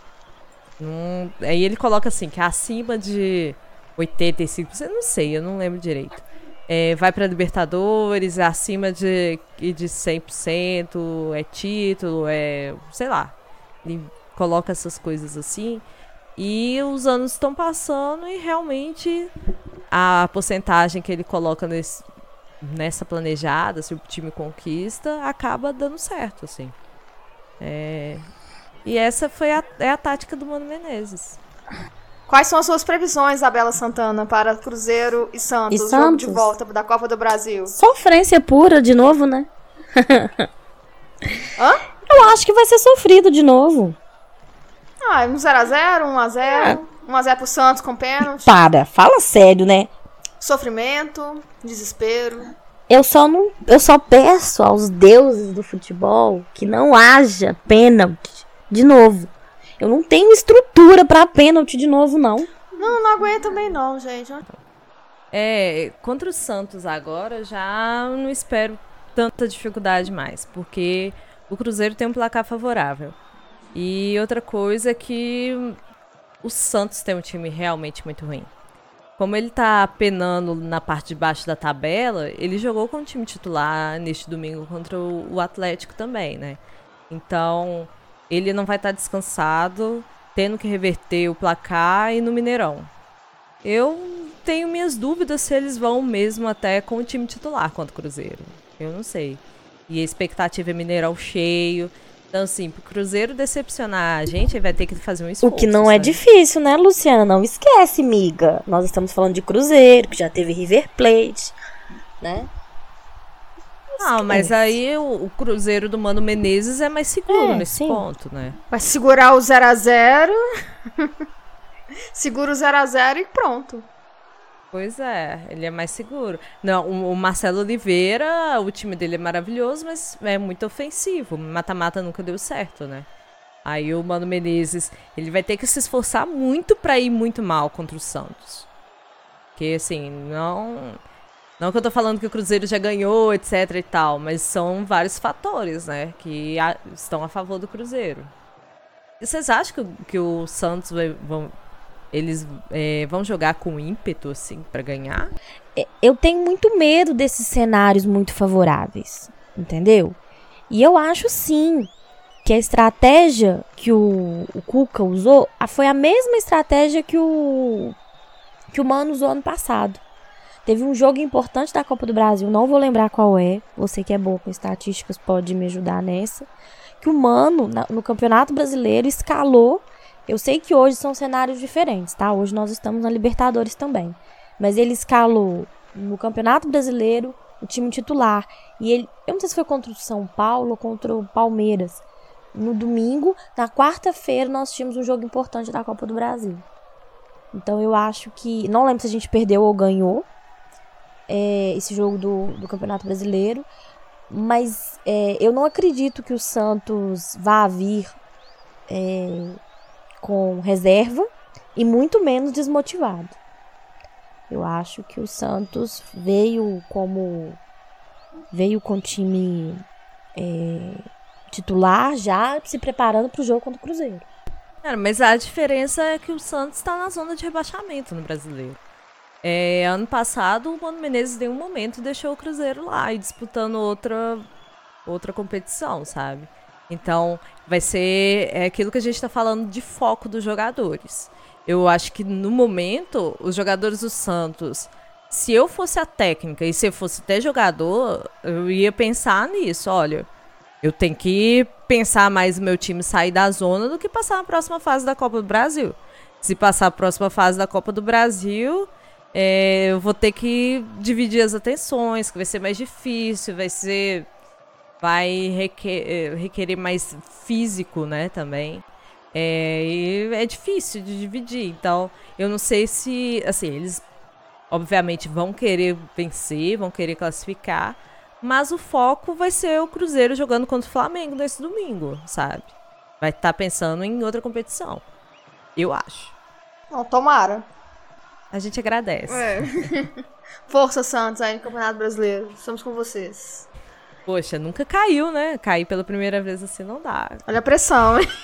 Num, aí ele coloca assim, que acima de oitenta e cinco por cento, não sei, eu não lembro direito. É, vai para Libertadores, acima de, de cem por cento, é título, é, sei lá. Ele coloca essas coisas assim. E os anos estão passando e realmente a porcentagem que ele coloca nesse, nessa planejada, se o time conquista, acaba dando certo, assim. É, e essa foi a, é a tática do Mano Menezes. Quais são as suas previsões, Isabela Santana, para Cruzeiro e Santos, e jogo Santos? de volta da Copa do Brasil? Sofrência pura de novo, né? Hã? Eu acho que vai ser sofrido de novo. Ah, um zero a zero, um a zero, um a zero pro Santos com pênalti. Para, fala sério, né? Sofrimento, desespero. Eu só, não, eu só peço aos deuses do futebol que não haja pênalti de novo. Eu não tenho estrutura pra pênalti de novo, não. Não, não aguento também não, gente. É, contra o Santos agora, já não espero tanta dificuldade mais, porque o Cruzeiro tem um placar favorável. E outra coisa é que o Santos tem um time realmente muito ruim. Como ele tá penando na parte de baixo da tabela, ele jogou com o time titular neste domingo contra o Atlético também, né? Então, ele não vai estar descansado, tendo que reverter o placar e no Mineirão. Eu tenho minhas dúvidas se eles vão mesmo até com o time titular contra o Cruzeiro. Eu não sei. E a expectativa é Mineirão cheio. Então, assim, pro Cruzeiro decepcionar a gente, vai ter que fazer um esforço. O que não sabe? é difícil, né, Luciana? Não esquece, miga. Nós estamos falando de Cruzeiro, que já teve River Plate, né? Não, mas aí o, o Cruzeiro do Mano Menezes é mais seguro É, nesse sim. ponto, né? Vai segurar o zero a zero. Segura o zero a zero e pronto. Pois é, ele é mais seguro. Não, o, o Marcelo Oliveira, o time dele é maravilhoso, mas é muito ofensivo. Mata-mata nunca deu certo, né? Aí o Mano Menezes, ele vai ter que se esforçar muito pra ir muito mal contra o Santos. Porque, assim, não... Não que eu tô falando que o Cruzeiro já ganhou, etc e tal, mas são vários fatores, né? Que a, estão a favor do Cruzeiro. E vocês acham que, que o Santos vai... Vão, eles é, vão jogar com ímpeto, assim, pra ganhar? Eu tenho muito medo desses cenários muito favoráveis, entendeu? E eu acho, sim, que a estratégia que o, o Cuca usou foi a mesma estratégia que o, que o Mano usou ano passado. Teve um jogo importante da Copa do Brasil, não vou lembrar qual é, você que é boa com estatísticas pode me ajudar nessa, que o Mano, na, no Campeonato Brasileiro, escalou. Eu sei que hoje são cenários diferentes, tá? Hoje nós estamos na Libertadores também. Mas ele escalou no Campeonato Brasileiro o time titular. E ele, eu não sei se foi contra o São Paulo ou contra o Palmeiras. No domingo, na quarta-feira, nós tínhamos um jogo importante da Copa do Brasil. Então eu acho que... Não lembro se a gente perdeu ou ganhou é, esse jogo do, do Campeonato Brasileiro. Mas é, eu não acredito que o Santos vá vir... É, com reserva e muito menos desmotivado. Eu acho que o Santos veio como veio com o time é, titular já se preparando para o jogo contra o Cruzeiro. Cara, mas a diferença é que o Santos está na zona de rebaixamento no Brasileiro. É, ano passado o Mano Menezes em um momento deixou o Cruzeiro lá e disputando outra, outra competição, sabe? Então, vai ser é aquilo que a gente está falando de foco dos jogadores. Eu acho que, no momento, os jogadores do Santos, se eu fosse a técnica e se eu fosse até jogador, eu ia pensar nisso. Olha, eu tenho que pensar mais no meu time sair da zona do que passar na próxima fase da Copa do Brasil. Se passar a próxima fase da Copa do Brasil, é, eu vou ter que dividir as atenções, que vai ser mais difícil, vai ser... vai requer, requerer mais físico, né, também. É, e é difícil de dividir. Então, eu não sei se... Assim, eles, obviamente, vão querer vencer, vão querer classificar, mas o foco vai ser o Cruzeiro jogando contra o Flamengo nesse domingo, sabe? Vai estar pensando em outra competição. Eu acho. Não, tomara. A gente agradece. É. Força, Santos, aí no Campeonato Brasileiro. Estamos com vocês. Poxa, nunca caiu, né? Cair pela primeira vez assim não dá. Olha a pressão, hein?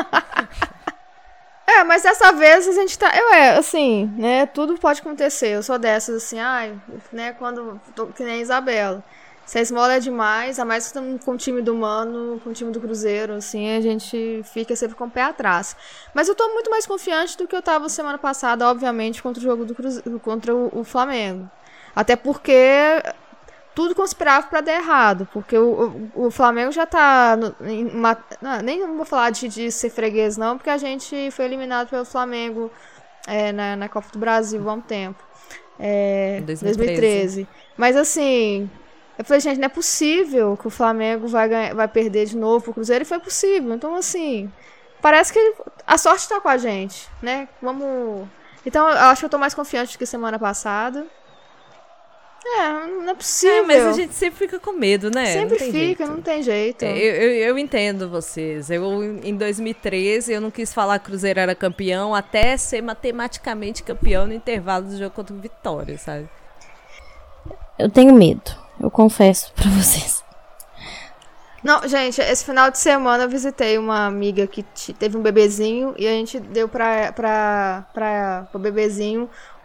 É, mas dessa vez a gente tá... Eu é, assim, né? Tudo pode acontecer. Eu sou dessas, assim, ai, né? Quando... Tô, que nem a Isabela. Se a esmola é demais, a mais com o time do Mano, com o time do Cruzeiro, assim, a gente fica sempre com o pé atrás. Mas eu tô muito mais confiante do que eu tava semana passada, obviamente, contra o jogo do Cruzeiro, contra o, o Flamengo. Até porque... tudo conspirava pra dar errado, porque o, o, o Flamengo já tá... No, em uma, não, nem vou falar de, de ser freguês, não, porque a gente foi eliminado pelo Flamengo é, na, na Copa do Brasil há um tempo. É, dois mil e treze. dois mil e treze. Mas assim, eu falei, gente, não é possível que o Flamengo vai, ganhar, vai perder de novo pro Cruzeiro, e foi possível. Então, assim, parece que a sorte tá com a gente, né? Vamos... Então, eu acho que eu tô mais confiante do que semana passada. É, não é possível. É, mas a gente sempre fica com medo, né? Sempre não fica, jeito. não tem jeito. Eu, eu, eu entendo vocês. Eu, em dois mil e treze, eu não quis falar que o Cruzeiro era campeão até ser matematicamente campeão no intervalo do jogo contra o Vitória, sabe? Eu tenho medo, eu confesso pra vocês. Não, gente, esse final de semana eu visitei uma amiga que teve um bebezinho e a gente deu pra, pra, pra, pro bebezinho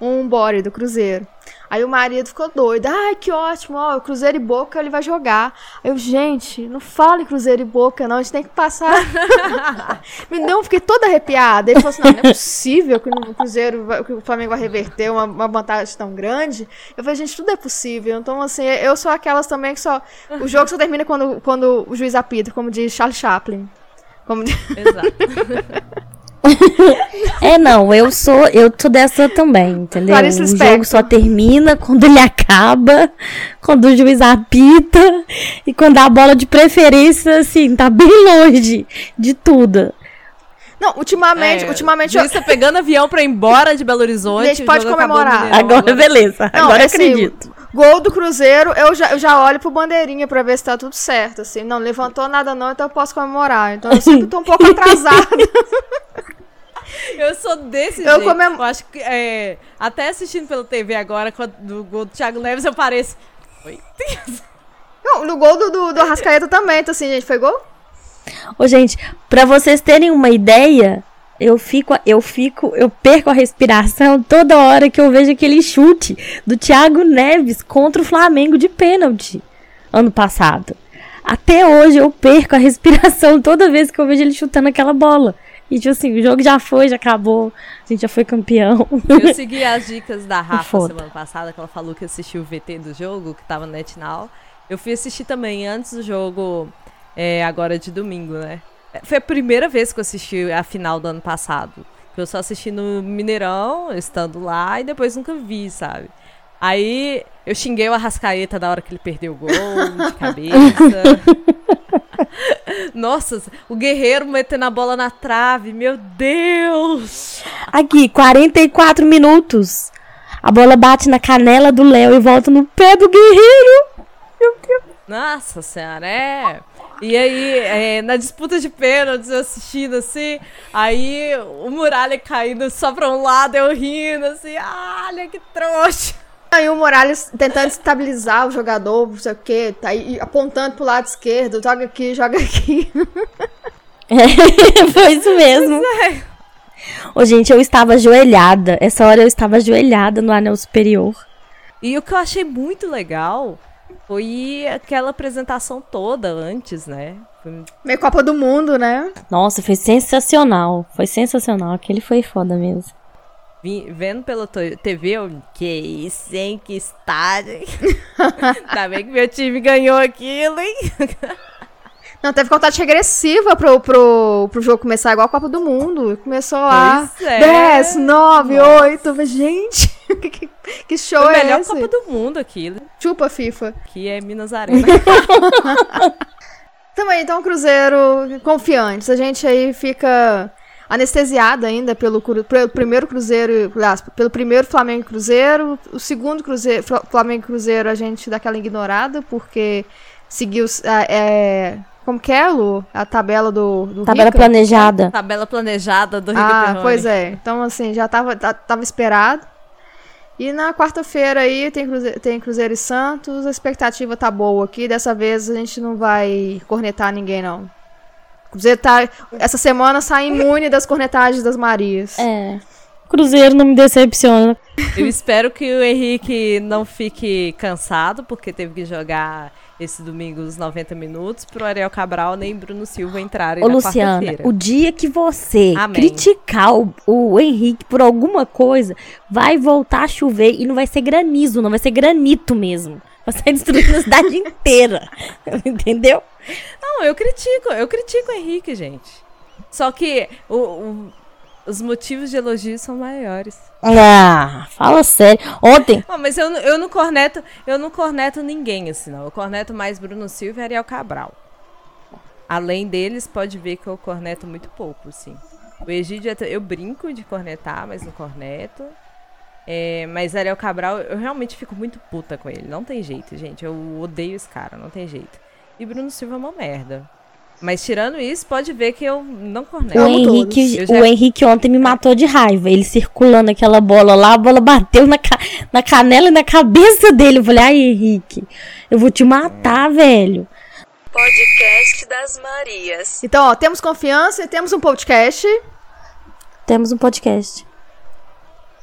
um body do Cruzeiro. Aí o marido ficou doido. Ai, que ótimo, ó, o Cruzeiro e Boca ele vai jogar. Aí eu, gente, não fale Cruzeiro e Boca, não, a gente tem que passar. Não, fiquei toda arrepiada. Ele falou assim, não, não é possível que o Cruzeiro, que o Flamengo vai reverter uma, uma vantagem tão grande. Eu falei, gente, tudo é possível. Então, assim, eu sou aquelas também que só... O jogo só termina quando, quando o juiz apita, como diz Charlie Chaplin. Como diz... Exato. É, não, eu sou, eu tô dessa também, entendeu? Clarice o Lispector. jogo só termina quando ele acaba, quando o juiz apita e quando a bola de preferência, assim, tá bem longe de tudo. Não, ultimamente, É, ultimamente... O juiz tá pegando avião pra ir embora de Belo Horizonte. A gente pode o jogo acabou no comemorar. Mineirão Agora, beleza, Não, agora eu assim, acredito. Gol do Cruzeiro, eu já, eu já olho pro bandeirinha pra ver se tá tudo certo, assim. Não levantou nada não, então eu posso comemorar. Então eu sempre tô um pouco atrasada. Eu sou desse Eu jeito. comem- Eu acho que, é, até assistindo pela T V agora, quando, do gol do Thiago Neves, eu pareço... Oi? Não, no gol do, do, do Arrascaeta também, então assim, gente, foi gol? Ô, gente, pra vocês terem uma ideia, eu fico, eu fico, eu perco a respiração toda hora que eu vejo aquele chute do Thiago Neves contra o Flamengo de pênalti ano passado. Até hoje eu perco a respiração toda vez que eu vejo ele chutando aquela bola. E tipo assim, o jogo já foi, já acabou, a gente já foi campeão. Eu segui as dicas da Rafa Foda. semana passada, que ela falou que assistiu o V T do jogo, que tava no NetNow. Eu fui assistir também antes do jogo, é, agora de domingo, né? Foi a primeira vez que eu assisti a final do ano passado. Eu só assisti no Mineirão, estando lá, e depois nunca vi, sabe? Aí eu xinguei o Arrascaeta da hora que ele perdeu o gol, de cabeça. Nossa, o Guerreiro metendo a bola na trave, meu Deus! Aqui, quarenta e quatro minutos. A bola bate na canela do Léo e volta no pé do Guerreiro. Meu Deus. Nossa senhora, é. E aí, é, na disputa de pênaltis, eu assistindo assim, aí o Muralha caindo só pra um lado, eu rindo assim, ah, olha que trouxa. Aí o Morales tentando estabilizar o jogador, não sei o quê, tá aí apontando pro lado esquerdo, joga aqui, joga aqui. É, foi isso mesmo. É. Ô, gente, eu estava ajoelhada. Essa hora eu estava ajoelhada no anel superior. E o que eu achei muito legal foi aquela apresentação toda antes, né? Foi... Meio Copa do Mundo, né? Nossa, foi sensacional. Foi sensacional. Aquele foi foda mesmo. Vim, vendo pela T V, eu, que isso, hein? Que estádio, hein? Ainda bem que meu time ganhou aquilo, hein? Não, teve contagem regressiva pro, pro, pro jogo começar igual a Copa do Mundo. Começou lá, Pois é. dez, nove, Nossa. oito, gente, que, que show Foi a é melhor esse? Copa do Mundo aquilo, Chupa, FIFA. que é Minas Arena. Também, então, Cruzeiro confiantes. A gente aí fica anestesiado ainda pelo, cru- pelo primeiro Cruzeiro, aliás, pelo primeiro Flamengo e Cruzeiro. O segundo Cruzeiro, Fla- Flamengo e Cruzeiro a gente dá aquela ignorada, porque seguiu, ah, é, como que é, Lu? A tabela do, do Tabela Rica? planejada. Tabela planejada do Rica Ah, Perrone. pois é. Então, assim, já tava, tá- tava esperado. E na quarta-feira aí tem Cruzeiro, tem Cruzeiro e Santos. A expectativa tá boa aqui. Dessa vez a gente não vai cornetar ninguém, não. Cruzeiro tá... Essa semana sai imune das cornetagens das Marias. É. Cruzeiro não me decepciona. Eu espero que o Henrique não fique cansado, porque teve que jogar esse domingo os noventa minutos pro Ariel Cabral nem Bruno Silva entrarem Ô, na Luciana, quarta-feira. o dia que você Amém. criticar o, o Henrique por alguma coisa, vai voltar a chover e não vai ser granizo, não vai ser granito mesmo. Vai sair destruindo a cidade inteira. Entendeu? Não, eu critico, eu critico o Henrique, gente. Só que o, o- os motivos de elogio são maiores. Ah, fala sério. Ontem, Ah, mas eu, não- eu não corneto, eu não corneto ninguém, assim, não. Eu corneto mais Bruno Silva e Ariel Cabral. Além deles, pode ver que eu corneto muito pouco, assim. O Egídio, eu brinco de cornetar, mas não corneto. É, mas Ariel Cabral, eu realmente fico muito puta com ele. Não tem jeito, gente. Eu odeio esse cara, não tem jeito. E Bruno Silva é uma merda. Mas tirando isso, pode ver que eu não corneto. o amo Henrique, todos. Eu o já- Henrique ontem me matou de raiva. Ele circulando aquela bola lá, a bola bateu na, ca- na canela e na cabeça dele. Eu falei, ai, Henrique, eu vou te matar, velho. Podcast das Marias. Então, ó, temos confiança e temos um podcast. Temos um podcast.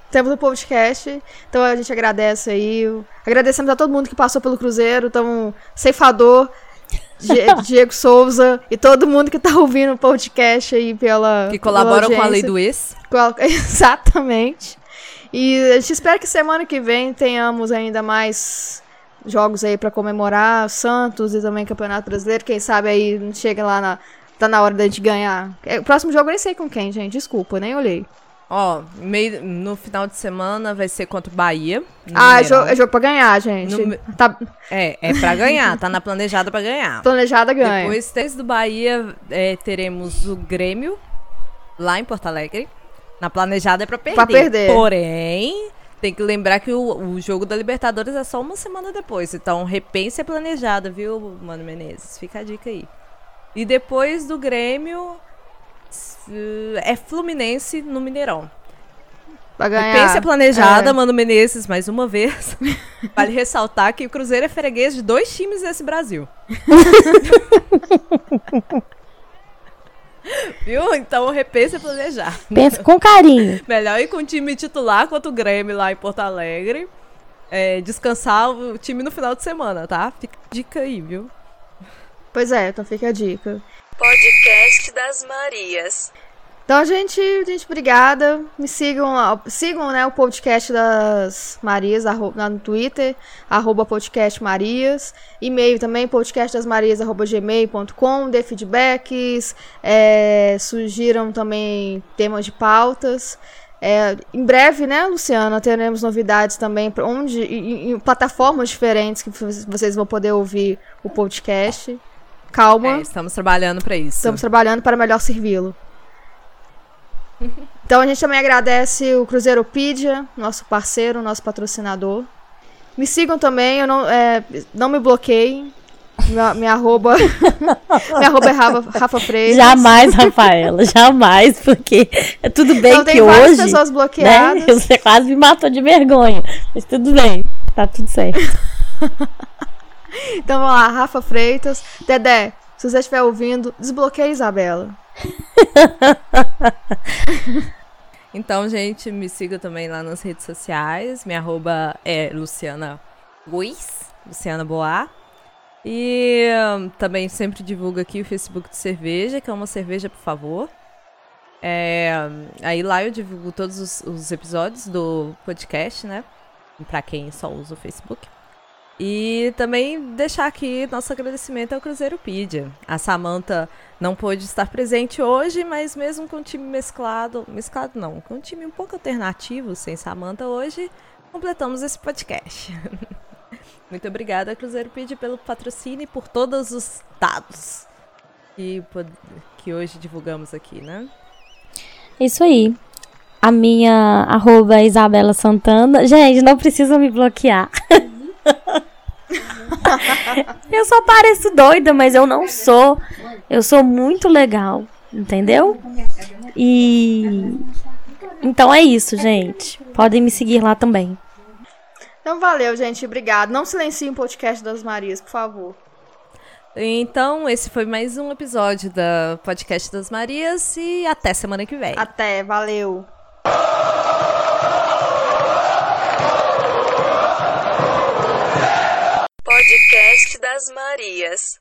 Temos o podcast. Então a gente agradece aí. Agradecemos a todo mundo que passou pelo Cruzeiro. Então, Ceifador, Diego Souza e todo mundo que tá ouvindo o podcast aí pela. Que colaboram com a lei do ex. Exatamente. E a gente espera que semana que vem tenhamos ainda mais jogos aí pra comemorar Santos e também Campeonato Brasileiro. Quem sabe aí não chega lá na. Tá na hora da gente ganhar. O próximo jogo eu nem sei com quem, gente. Desculpa, nem olhei. Ó, meio, no final de semana vai ser contra o Bahia. Ah, é jogo, é jogo pra ganhar, gente. No, tá... É, é pra ganhar. Tá na planejada pra ganhar. Planejada ganha. Depois, desde do Bahia, é, teremos o Grêmio, lá em Porto Alegre. Na planejada é pra perder. Pra perder. Porém, tem que lembrar que o, o jogo da Libertadores é só uma semana depois. Então, repense a planejada, viu, Mano Menezes? Fica a dica aí. E depois do Grêmio... é Fluminense no Mineirão. Pra ganhar. Repense planejada, é. Mano Menezes, mais uma vez. Vale ressaltar que o Cruzeiro é freguês de dois times desse Brasil. Viu? Então repense planejar. Pensa com carinho. Melhor ir com o time titular contra o Grêmio lá em Porto Alegre. É, descansar o time no final de semana, tá? Fica a dica aí, viu? Pois é, então fica a dica. Podcast das Marias. Então, gente, gente, obrigada. Me sigam lá, sigam, né, o podcast das Marias arroba, no Twitter, arroba podcast Marias. E-mail também, podcastdasmarias arroba gmail ponto com. Dê feedbacks, é, sugiram também temas de pautas. É, em breve, né, Luciana, teremos novidades também pra onde, em, em plataformas diferentes que vocês vão poder ouvir o podcast. Calma. É, estamos trabalhando para isso. Estamos trabalhando para melhor servi-lo. Então a gente também agradece o Cruzeiropedia, nosso parceiro, nosso patrocinador. Me sigam também, eu não, é, não me bloqueiem. Minha, minha arroba minha arroba é Rafa, Rafa Freitas. Jamais, Rafaela, jamais, porque é tudo bem então, que tem hoje, várias pessoas bloqueadas. Né, você quase me matou de vergonha, mas tudo bem, tá tudo certo. Então vamos lá, Rafa Freitas. Dedé, se você estiver ouvindo, desbloqueia a Isabela. Então, gente, me siga também lá nas redes sociais. Minha arroba é Luciana Ruiz, Luciana Boá. E um, também sempre divulgo aqui o Facebook de cerveja, que é uma cerveja, por favor. É, aí lá eu divulgo todos os, os episódios do podcast, né? Pra quem só usa o Facebook. E também deixar aqui nosso agradecimento ao Cruzeiropedia. A Samantha não pôde estar presente hoje, mas mesmo com o time mesclado, mesclado não, com um time um pouco alternativo, sem Samantha hoje, completamos esse podcast. Muito obrigada, Cruzeiropedia, pelo patrocínio e por todos os dados que, que hoje divulgamos aqui, né? Isso aí. A minha arroba é Isabela Santana. Gente, não precisa me bloquear. Eu só pareço doida, mas eu não sou. Eu sou muito legal, entendeu? E então é isso, gente. Podem me seguir lá também. Então valeu, gente. Obrigado. Não silenciem o podcast das Marias, por favor. Então, esse foi mais um episódio da Podcast das Marias e até semana que vem. Até, valeu. Podcast das Marias.